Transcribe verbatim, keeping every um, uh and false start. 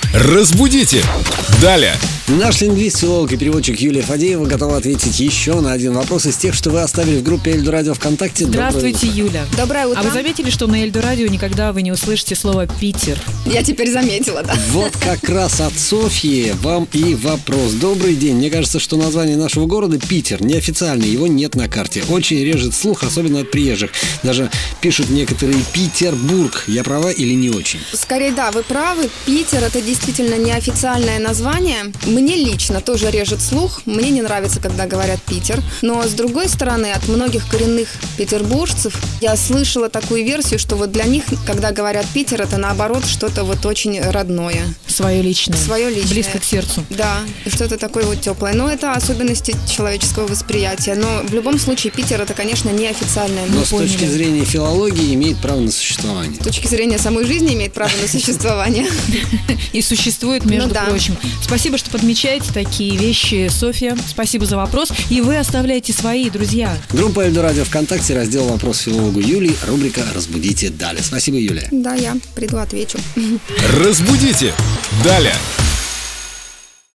Разбудите! Далее! Наш лингвист, филолог и переводчик Юлия Фадеева готова ответить еще на один вопрос из тех, что вы оставили в группе Эльдо Радио ВКонтакте. Здравствуйте, Юля. Доброе утро. А вы заметили, что на Эльдо Радио никогда вы не услышите слово «Питер»? Я теперь заметила, да. Вот как раз от Софьи вам и вопрос. Добрый день. Мне кажется, что название нашего города Питер неофициальный, его нет на карте. Очень режет слух, особенно от приезжих. Даже пишут некоторые Петербург. Я права или не очень? Скорее, да, вы правы. Питер — это действительно неофициальное название. Мне лично тоже режет слух. Мне не нравится, когда говорят Питер. Но, с другой стороны, от многих коренных петербуржцев я слышала такую версию, что вот для них, когда говорят Питер, это наоборот что-то вот очень родное. Свое личное. Свое личное. Близко к сердцу. Да, что-то такое вот теплое. Но это особенности человеческого восприятия. Но в любом случае Питер — это, конечно, неофициальное. Но с точки зрения филологии имеет право на существование. С точки зрения самой жизни имеет право на существование. И существует, между Ну да. прочим. Спасибо, что подмечаете такие вещи, Софья. Спасибо за вопрос. И вы оставляете свои, друзья. Группа Эльдо Радио ВКонтакте, раздел «Вопрос филологу Юлии», рубрика «Разбудите далее». Спасибо, Юлия. Да, я приду, отвечу. Разбудите! Далее!